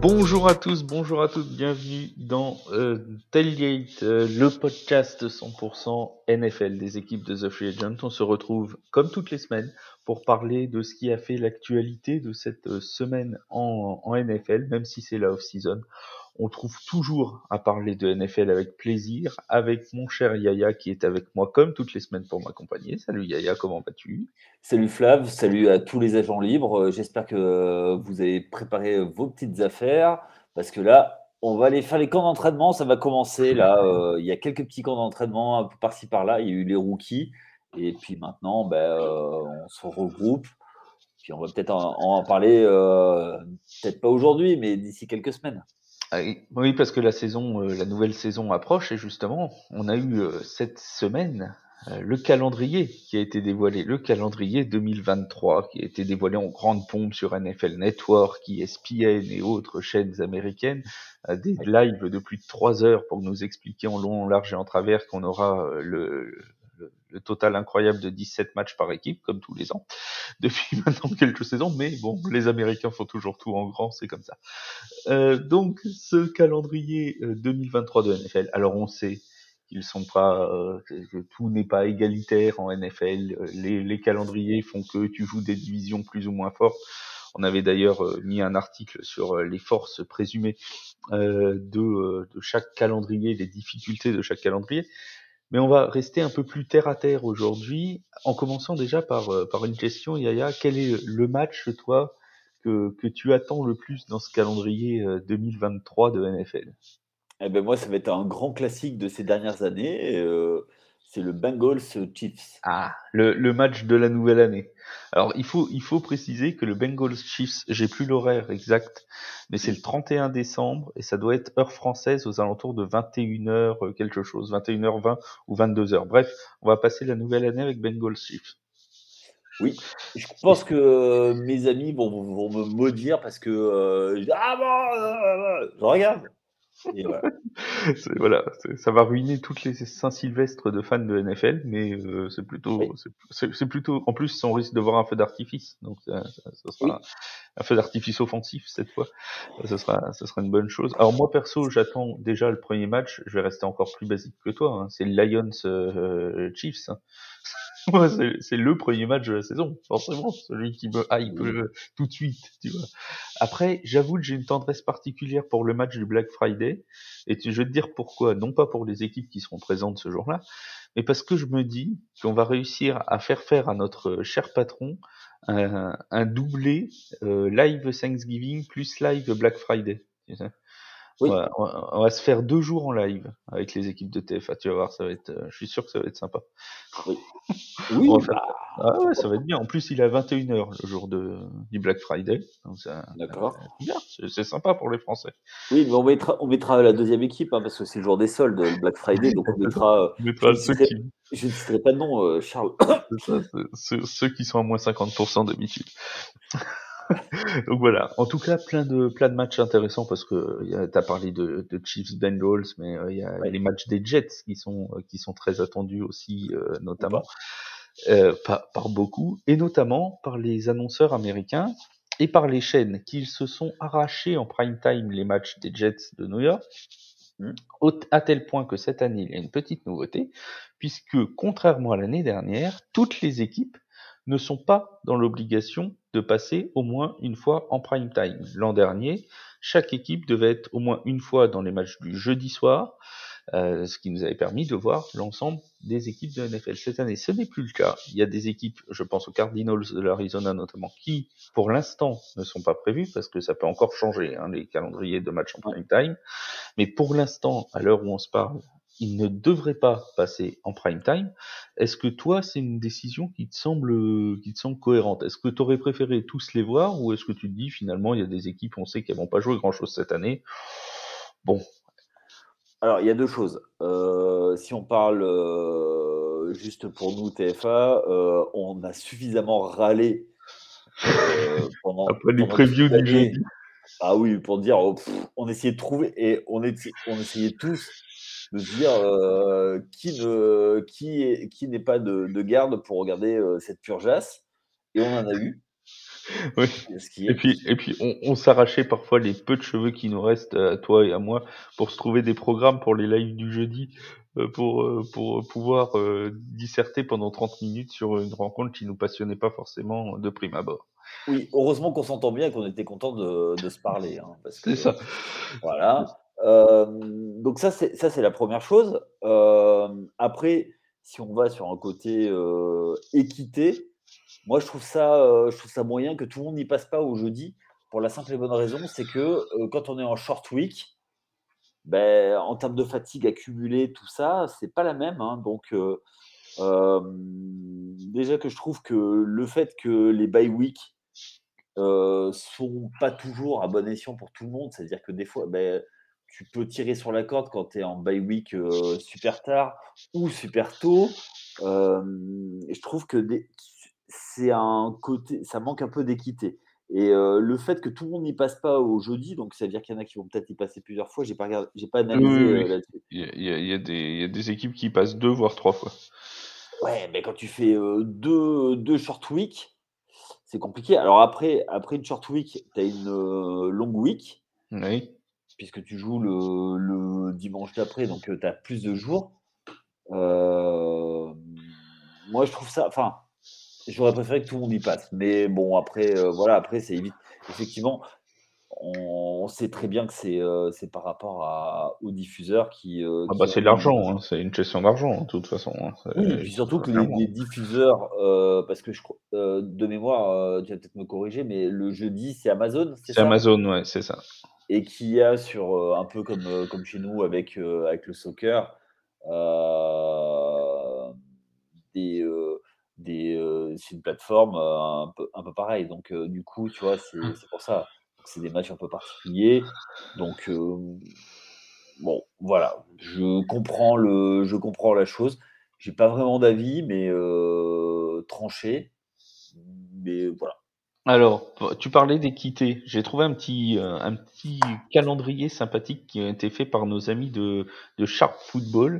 Bonjour à tous, bonjour à toutes, bienvenue dans Tailgate, le podcast 100% NFL des équipes de The Free Agent. On se retrouve comme toutes les semaines pour parler de ce qui a fait l'actualité de cette semaine en NFL, même si c'est la off-season. On trouve toujours à parler de NFL avec plaisir, avec mon cher Yaya qui est avec moi comme toutes les semaines pour m'accompagner. Salut Yaya, comment vas-tu? Salut Flav, salut à tous les agents libres. J'espère que vous avez préparé vos petites affaires parce que là, on va aller faire les camps d'entraînement. Ça va commencer là. Il y a quelques petits camps d'entraînement un peu par-ci par-là. Il y a eu les rookies et puis maintenant, on se regroupe. Puis on va peut-être en parler, peut-être pas aujourd'hui, mais d'ici quelques semaines. Ah oui, parce que la nouvelle saison approche et justement, on a eu cette semaine le calendrier qui a été dévoilé, le calendrier 2023 qui a été dévoilé en grande pompe sur NFL Network, ESPN et autres chaînes américaines, des lives de plus de 3 heures pour nous expliquer en long, en large et en travers qu'on aura le total incroyable de 17 matchs par équipe, comme tous les ans, depuis maintenant quelques saisons, mais bon, les Américains font toujours tout en grand, c'est comme ça. Donc ce calendrier 2023 de NFL. Alors on sait qu'ils sont pas, que tout n'est pas égalitaire en NFL. Les calendriers font que tu joues des divisions plus ou moins fortes. On avait d'ailleurs mis un article sur les forces présumées de chaque calendrier, les difficultés de chaque calendrier. Mais on va rester un peu plus terre à terre aujourd'hui, en commençant déjà par une question, Yaya. Quel est le match, toi, que tu attends le plus dans ce calendrier 2023 de NFL? Eh ben moi, ça va être un grand classique de ces dernières années. C'est le Bengals Chiefs. Ah, le match de la nouvelle année. Alors, il faut préciser que le Bengals Chiefs, j'ai plus l'horaire exact, mais c'est le 31 décembre et ça doit être heure française aux alentours de 21h quelque chose, 21h20 ou 22h. Bref, on va passer la nouvelle année avec Bengals Chiefs. Oui, je pense que mes amis vont me maudire parce que je dis ah bon, je regarde. Et voilà. Voilà, ça va ruiner toutes les Saint-Sylvestre de fans de NFL, mais c'est plutôt, Oui, c'est plutôt, en plus, on risque de voir un feu d'artifice, donc ça sera oui, un feu d'artifice offensif cette fois. Ce sera une bonne chose. Alors moi perso, j'attends déjà le premier match. Je vais rester encore plus basique que toi. Hein. C'est le Lions Chiefs. Hein. Moi, c'est le premier match de la saison, forcément, celui qui me hype oui. tout de suite, tu vois. Après, j'avoue que j'ai une tendresse particulière pour le match du Black Friday, et je vais te dire pourquoi. Non pas pour les équipes qui seront présentes ce jour-là, mais parce que je me dis qu'on va réussir à faire à notre cher patron un doublé live Thanksgiving plus live Black Friday. Tu sais. Oui, On va se faire 2 jours en live avec les équipes de TFA. Tu vas voir, ça va être. Je suis sûr que ça va être sympa. oui. On Oui, va faire bah, ça. Ah ouais, ça pourquoi va pas. être bien. En plus, il est à 21h le jour du Black Friday. Donc ça, D'accord. c'est bien. C'est sympa pour les Français. Oui, mais on mettra la deuxième équipe, hein, parce que c'est le jour des soldes, le Black Friday, donc on mettra, On mettra ceux je ne citerai pas de nom, Charles. c'est ça, ceux qui sont à moins 50% d'habitude. Donc voilà. En tout cas, plein de matchs intéressants parce que t'as parlé de Chiefs Bengals, mais il y a Oui, les matchs des Jets qui sont très attendus aussi, ou notamment pas. par beaucoup, et notamment par les annonceurs américains et par les chaînes qui se sont arrachés en prime time les matchs des Jets de New York, Hmm. à tel point que cette année, il y a une petite nouveauté, puisque contrairement à l'année dernière, toutes les équipes ne sont pas dans l'obligation de passer au moins une fois en prime time. L'an dernier, chaque équipe devait être au moins une fois dans les matchs du jeudi soir, ce qui nous avait permis de voir l'ensemble des équipes de NFL. Cette année, ce n'est plus le cas. Il y a des équipes, je pense aux Cardinals de l'Arizona notamment, qui, pour l'instant, ne sont pas prévues, parce que ça peut encore changer, hein, les calendriers de matchs en Ouais. prime time. Mais pour l'instant, à l'heure où on se parle, ils ne devraient pas passer en prime time. Est-ce que toi, c'est une décision qui te semble cohérente? Est-ce que tu aurais préféré tous les voir, ou est-ce que tu te dis finalement il y a des équipes, on sait qu'elles vont pas jouer grand-chose cette année. Bon, Alors, il y a deux choses. Si on parle juste pour nous, TFA, on a suffisamment râlé pendant, après les pendant toute previews du l'année. jeudi. Ah oui, pour dire, oh, on essayait de trouver, et on essayait tous de se dire qui n'est pas de garde pour regarder cette purgeasse, et on en a eu. Oui. Ce qui Et est. puis on s'arrachait parfois les peu de cheveux qui nous restent, à toi et à moi, pour se trouver des programmes pour les lives du jeudi, pour pouvoir disserter pendant 30 minutes sur une rencontre qui nous passionnait pas forcément de prime abord. Oui, heureusement qu'on s'entend bien et qu'on était content de se parler, hein, parce C'est que ça. voilà. Donc ça c'est la première chose. Après, si on va sur un côté, équité, moi je trouve ça moyen que tout le monde n'y passe pas au jeudi pour la simple et bonne raison, c'est que, quand on est en short week, ben en termes de fatigue accumulée, tout ça, c'est pas la même, hein. Donc déjà que je trouve que le fait que les bye week sont pas toujours à bon escient pour tout le monde. C'est-à-dire que des fois, beh, tu peux tirer sur la corde quand tu es en bye week, super tard ou super tôt. Et je trouve que c'est un côté ça manque un peu d'équité et le fait que tout le monde n'y passe pas au jeudi, donc ça veut dire qu'il y en a qui vont peut-être y passer plusieurs fois, j'ai pas Oui, analysé, oui, oui. là-dessus. Il y a des équipes qui passent 2 voire 3 fois. Ouais, mais quand tu fais, 2 short week, c'est compliqué. Alors après une short week, tu as une, long week. Oui. Puisque tu joues le dimanche d'après, donc tu as plus de jours. Hem, Moi, je trouve ça enfin, j'aurais préféré que tout le monde y passe. Mais bon, après, voilà, après, c'est effectivement, on sait très bien que c'est par rapport aux diffuseurs Ah bah, qui c'est ont de mis l'argent, hein, c'est une question d'argent, hein, de toute façon, hein, oui, et puis surtout que clairement. les diffuseurs, parce que de mémoire, tu vas peut-être me corriger, mais le jeudi, c'est Amazon, c'est C'est ça? Amazon, ouais, c'est ça. Et qui a sur, un peu comme chez nous avec le soccer, heu, des, heu c'est une plateforme, un peu pareil. Donc du coup, tu vois, c'est pour ça. Donc c'est des matchs un peu particuliers. Donc bon, voilà, je comprends la chose. J'ai pas vraiment d'avis, mais tranché, mais voilà. Alors, tu parlais d'équité. J'ai trouvé un petit calendrier sympathique qui a été fait par nos amis de Sharp Football,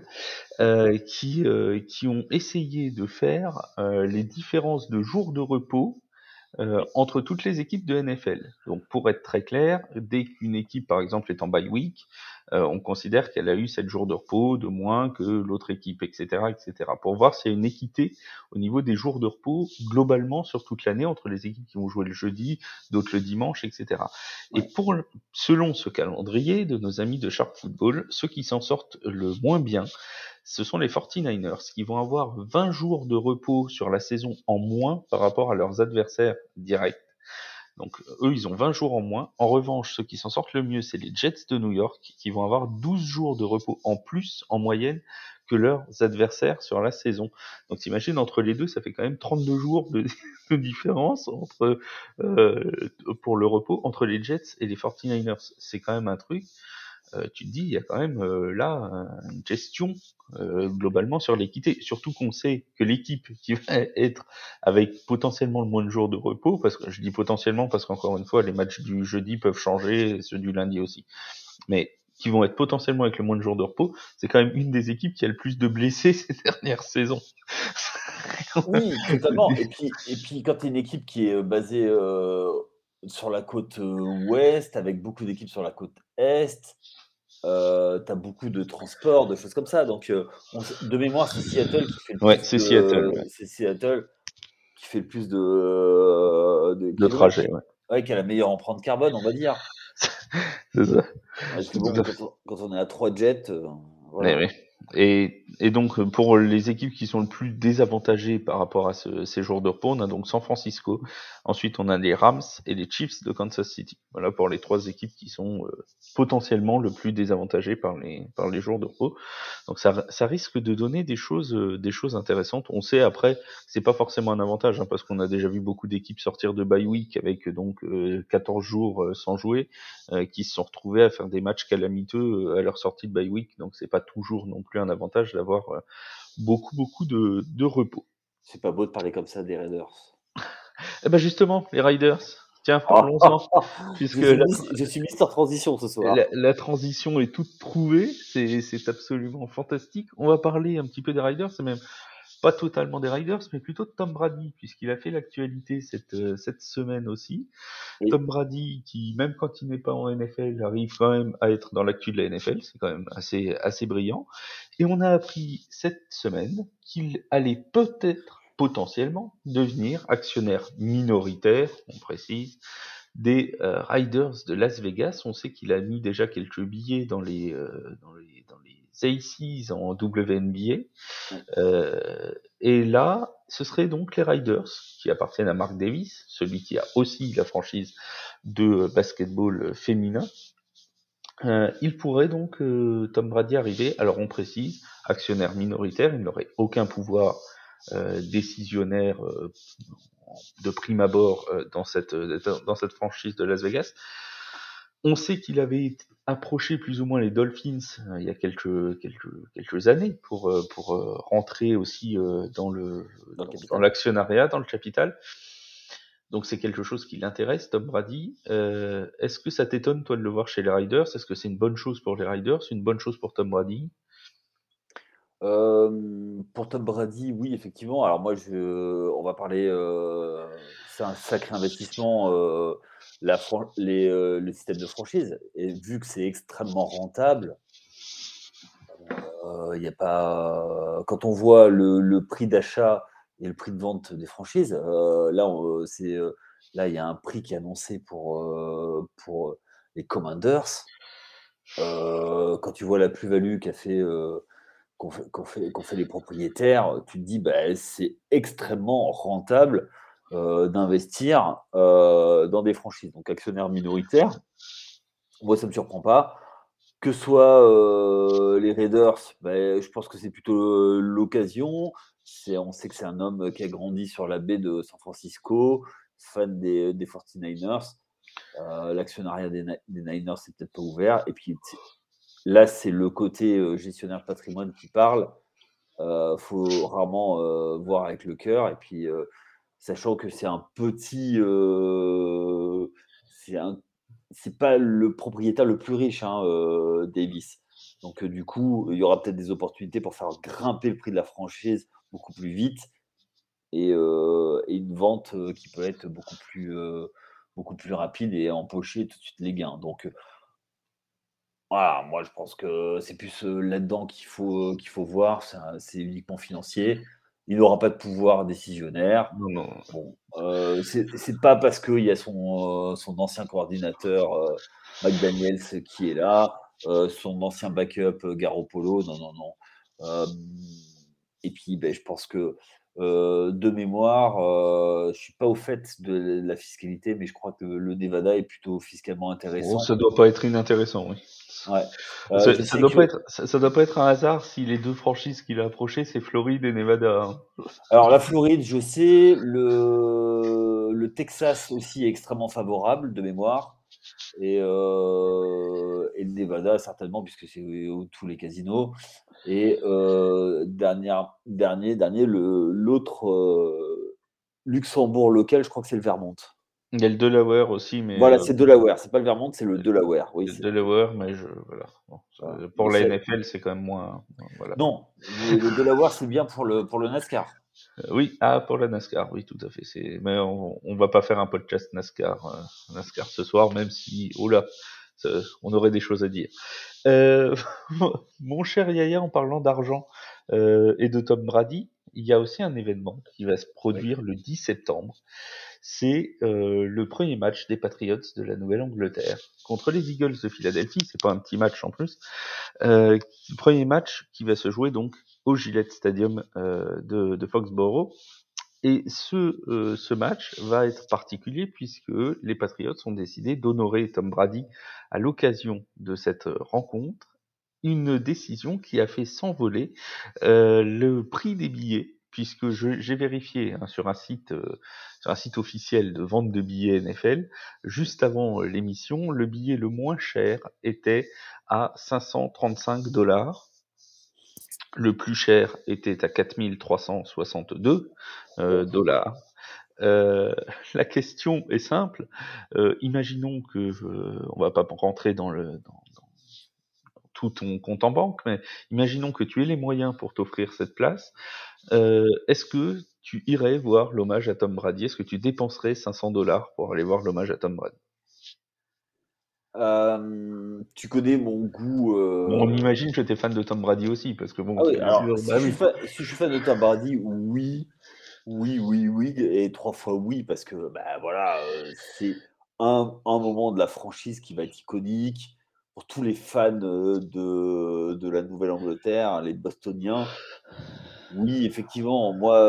qui ont essayé de faire les différences de jours de repos entre toutes les équipes de NFL. Donc pour être très clair, dès qu'une équipe par exemple est en bye week, on considère qu'elle a eu 7 jours de repos de moins que l'autre équipe, etc., etc. Pour voir s'il y a une équité au niveau des jours de repos globalement sur toute l'année entre les équipes qui vont jouer le jeudi, d'autres le dimanche, etc. Et Ouais. selon ce calendrier de nos amis de Sharp Football, ceux qui s'en sortent le moins bien, ce sont les 49ers qui vont avoir 20 jours de repos sur la saison en moins par rapport à leurs adversaires directs. Donc eux, ils ont 20 jours en moins. En revanche, ceux qui s'en sortent le mieux, c'est les Jets de New York qui vont avoir 12 jours de repos en plus en moyenne que leurs adversaires sur la saison. Donc t'imagines, entre les deux, ça fait quand même 32 jours de différence pour le repos entre les Jets et les 49ers. C'est quand même un truc. Tu te dis, il y a quand même là une gestion globalement sur l'équité. Surtout qu'on sait que l'équipe qui va être avec potentiellement le moins de jours de repos, parce que je dis potentiellement parce qu'encore une fois, les matchs du jeudi peuvent changer, ceux du lundi aussi, mais qui vont être potentiellement avec le moins de jours de repos, c'est quand même une des équipes qui a le plus de blessés ces dernières saisons. Oui, totalement. Et puis quand tu es une équipe qui est, basée, sur la côte, ouest, avec beaucoup d'équipes sur la côte est, tu as beaucoup de transports, de choses comme ça. Donc, de mémoire, Ouais, c'est Seattle, ouais. C'est Seattle qui fait le plus de De kilomètres, trajet, ouais. qui a la meilleure empreinte carbone, on va dire. C'est ça. Parce que C'est tout bon, à quand on est à 3 jets, Eh voilà. oui. Et donc, pour les équipes qui sont le plus désavantagées par rapport à ces jours de repos, on a donc San Francisco. Ensuite, on a les Rams et les Chiefs de Kansas City. Voilà pour les trois équipes qui sont potentiellement le plus désavantagées par les jours de repos. Donc, ça risque de donner des choses intéressantes. On sait après, c'est pas forcément un avantage, hein, parce qu'on a déjà vu beaucoup d'équipes sortir de bye week avec donc 14 jours sans jouer, qui se sont retrouvés à faire des matchs calamiteux à leur sortie de bye week. Donc c'est pas toujours non plus un avantage d'avoir beaucoup de repos. C'est pas beau de parler comme ça des Raiders. Et ben justement, les Riders, tiens, Ah! parlons-en, puisque Je suis Mister Transition ce soir. la transition est toute trouvée, c'est absolument fantastique. On va parler un petit peu des Riders, et même pas totalement des Riders, mais plutôt de Tom Brady, puisqu'il a fait l'actualité cette semaine aussi. Oui. Tom Brady, qui, même quand il n'est pas en NFL, arrive quand même à être dans l'actu de la NFL, c'est quand même assez brillant. Et on a appris cette semaine qu'il allait peut-être, potentiellement, devenir actionnaire minoritaire, on précise, des Riders de Las Vegas. On sait qu'il a mis déjà quelques billets dans les Aces en WNBA. Oui. Et là, ce serait donc les Riders qui appartiennent à Mark Davis, celui qui a aussi la franchise de basketball féminin. Il pourrait donc, Tom Brady, arriver, alors on précise, actionnaire minoritaire, il n'aurait aucun pouvoir décisionnaire de prime abord dans cette franchise de Las Vegas. On sait qu'il avait approché plus ou moins les Dolphins il y a quelques années pour rentrer aussi dans l'actionnariat, dans le capital. Donc c'est quelque chose qui l'intéresse, Tom Brady. Est-ce que ça t'étonne, toi, de le voir chez les Riders? Est-ce que c'est une bonne chose pour les Riders, une bonne chose pour Tom Brady? Pour Tom Brady, oui, effectivement. Alors moi, on va parler, c'est un sacré investissement, le système de franchise. Et vu que c'est extrêmement rentable, il y a pas, quand on voit le prix d'achat et le prix de vente des franchises, là, il y a un prix qui est annoncé pour les Commanders. Quand tu vois la plus-value qu'ont fait les propriétaires, tu te dis, bah, c'est extrêmement rentable d'investir dans des franchises. Donc, actionnaire minoritaire, moi, ça ne me surprend pas. Que ce soit les Raiders, bah, je pense que c'est plutôt l'occasion. On sait que c'est un homme qui a grandi sur la baie de San Francisco, fan des 49ers. L'actionnariat des Niners, c'est peut-être pas ouvert. Et puis, là, c'est le côté gestionnaire de patrimoine qui parle. Faut rarement voir avec le cœur. Et puis, sachant que c'est un petit, c'est pas le propriétaire le plus riche, hein, Davis. Donc, du coup, il y aura peut-être des opportunités pour faire grimper le prix de la franchise beaucoup plus vite et une vente qui peut être beaucoup plus rapide et empocher tout de suite les gains. Donc, voilà, moi je pense que c'est plus là-dedans qu'il faut voir, c'est uniquement financier. Il n'aura pas de pouvoir décisionnaire. Non, non. Bon, c'est pas parce qu'il y a son ancien coordinateur McDaniels qui est là, son ancien backup Garoppolo, non, non, non. Et puis ben, je pense que de mémoire, je suis pas au fait de la fiscalité, mais je crois que le Nevada est plutôt fiscalement Oh, intéressant. ça doit pas être inintéressant, oui. Ouais. Ça, Je ça sais doit pas que être, ça doit pas être un hasard si les deux franchises qu'il a approchées, c'est Floride et Nevada, hein. alors la Floride, je sais, le Texas aussi est extrêmement favorable de mémoire et le Nevada certainement puisque c'est tous les casinos et dernier l'autre Luxembourg local, je crois que c'est le Vermont. Il y a le Delaware aussi, mais Voilà, c'est Delaware, c'est pas le Vermont, c'est le Delaware. Oui, le c'est Delaware, mais voilà. Bon, voilà. pour la NFL, c'est quand même moins, voilà. Non, le Delaware c'est bien pour le NASCAR. Oui, pour la NASCAR, oui, tout à fait. Mais on va pas faire un podcast NASCAR ce soir, même si, oh là, on aurait des choses à dire. Euh, mon cher Yaya, en parlant d'argent et de Tom Brady, il y a aussi un événement qui va se Oui. produire le 10 septembre. C'est le premier match des Patriots de la Nouvelle-Angleterre contre les Eagles de Philadelphie. C'est pas un petit match en plus. Premier match qui va se jouer donc au Gillette Stadium de Foxborough. Et ce match va être particulier puisque les Patriots ont décidé d'honorer Tom Brady à l'occasion de cette rencontre. Une décision qui a fait s'envoler le prix des billets, puisque j'ai vérifié sur un site officiel de vente de billets NFL, juste avant l'émission, le billet le moins cher était à 535 $. Le plus cher était à 4362 dollars. Euh, la question est simple. Imaginons que on va pas rentrer dans tout ton compte en banque, mais imaginons que tu aies les moyens pour t'offrir cette place. Est-ce que tu irais voir l'hommage à Tom Brady? Est-ce que tu dépenserais 500 $ pour aller voir l'hommage à Tom Brady? Tu connais mon goût. Bon, on imagine que tu es fan de Tom Brady aussi, parce que bon, Ah oui, c'est alors sûr, bah oui. si je suis fan de Tom Brady, oui, oui, oui, oui, et 3 fois oui, parce que bah voilà, c'est un moment de la franchise qui va être iconique pour tous les fans de la Nouvelle-Angleterre, les Bostoniens. Oui, effectivement, moi,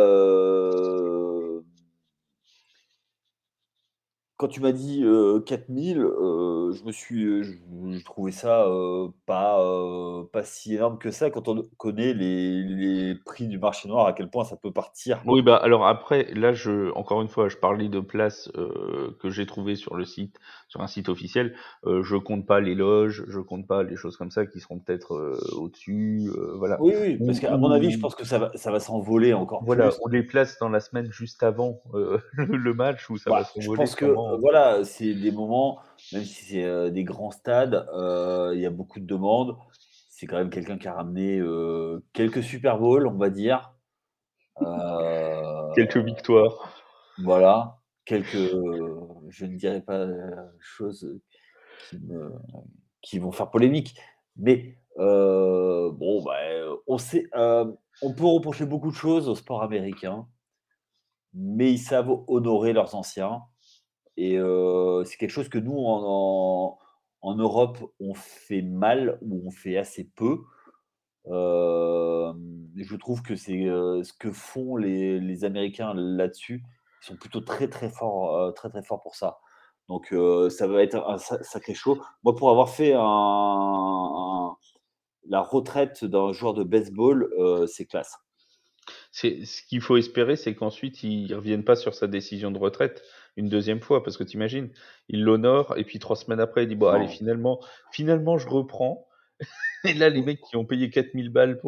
quand tu m'as dit 4 000, j'ai trouvé ça pas si énorme que ça quand on connaît les prix du marché noir, à quel point ça peut partir. Oui, bah, alors après, là, encore une fois, je parlais de places que j'ai trouvées sur un site officiel. Je compte pas les loges, je compte pas les choses comme ça qui seront peut-être au-dessus, voilà. Oui, oui, parce qu'à mon avis, je pense que ça va s'envoler encore Voilà, plus. ou les places dans la semaine juste avant le match où ça va Bah, je s'envoler pense que, sûrement. voilà, c'est des moments, même si c'est, des grands stades, il y a beaucoup de demandes. C'est quand même quelqu'un qui a ramené, quelques Super Bowls, on va dire. Quelques Heu, victoires. voilà, je ne dirais pas, choses qui me qui vont faire polémique, mais bon, bah, on peut reprocher beaucoup de choses au sport américain, mais ils savent honorer leurs anciens. Et c'est quelque chose que nous, en Europe, on fait mal ou on fait assez peu. Je trouve que c'est, ce que font les Américains là-dessus. Ils sont plutôt très, très forts, très, très forts pour ça. Donc ça va être un sacré show. Moi, pour avoir fait la retraite d'un joueur de baseball, c'est classe. Ce qu'il faut espérer, c'est qu'ensuite ils reviennent pas sur sa décision de retraite une deuxième fois, parce que t'imagines, il l'honore et puis 3 semaines après, il dit bon allez Non. finalement je reprends. Et là les mecs qui ont payé 4 000 balles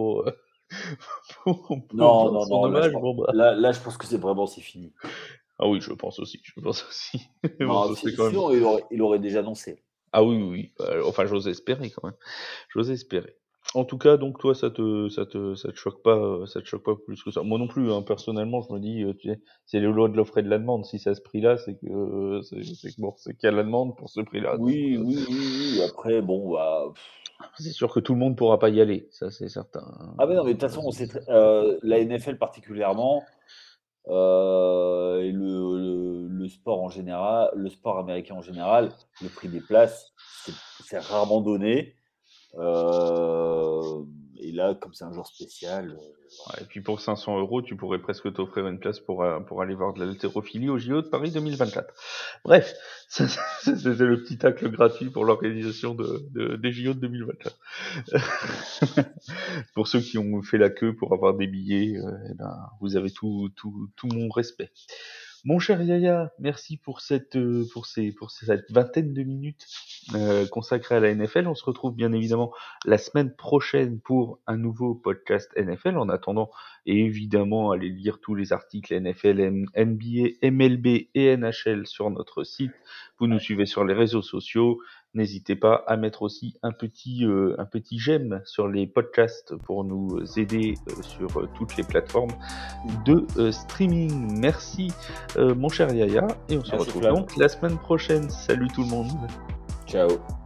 pour Non, voir non, son non, hommage, bon bah là, je pense que c'est fini. ah oui je pense aussi, je pense aussi. Mais bon Non, ça serait quand même sinon il aurait déjà annoncé. ah oui oui, oui. Enfin j'ose espérer quand même, j'ose espérer. En tout cas, donc toi, ça te choque pas plus que ça. Moi non plus, hein, personnellement, je me dis, tu sais, c'est les lois de l'offre et de la demande. Si c'est à ce prix-là, c'est que bon, c'est qu'il y a la demande pour ce prix-là. Donc, Oui, oui, oui, oui. Après, bon, bah, c'est sûr que tout le monde pourra pas y aller, ça c'est certain. ah mais non, mais de toute façon, on sait la NFL particulièrement, et le sport en général, le sport américain en général, le prix des places, c'est rarement donné. Et là, comme c'est un jour spécial, Ouais, et puis pour 500 euros, tu pourrais presque t'offrir une place pour aller voir de l'haltérophilie au JO de Paris 2024. Bref, c'était le petit tacle gratuit pour l'organisation des JO de 2024. Pour ceux qui ont fait la queue pour avoir des billets, eh ben, vous avez tout mon respect. Mon cher Yaya, merci pour cette vingtaine de minutes consacrées à la NFL. On se retrouve bien évidemment la semaine prochaine pour un nouveau podcast NFL. En attendant, et évidemment, allez lire tous les articles NFL, NBA, MLB et NHL sur notre site. Vous nous suivez sur les réseaux sociaux. N'hésitez pas à mettre aussi un petit j'aime sur les podcasts pour nous aider sur toutes les plateformes de streaming. Merci mon cher Yaya, et on se merci retrouve Flav. donc la semaine prochaine. Salut tout le monde. Ciao.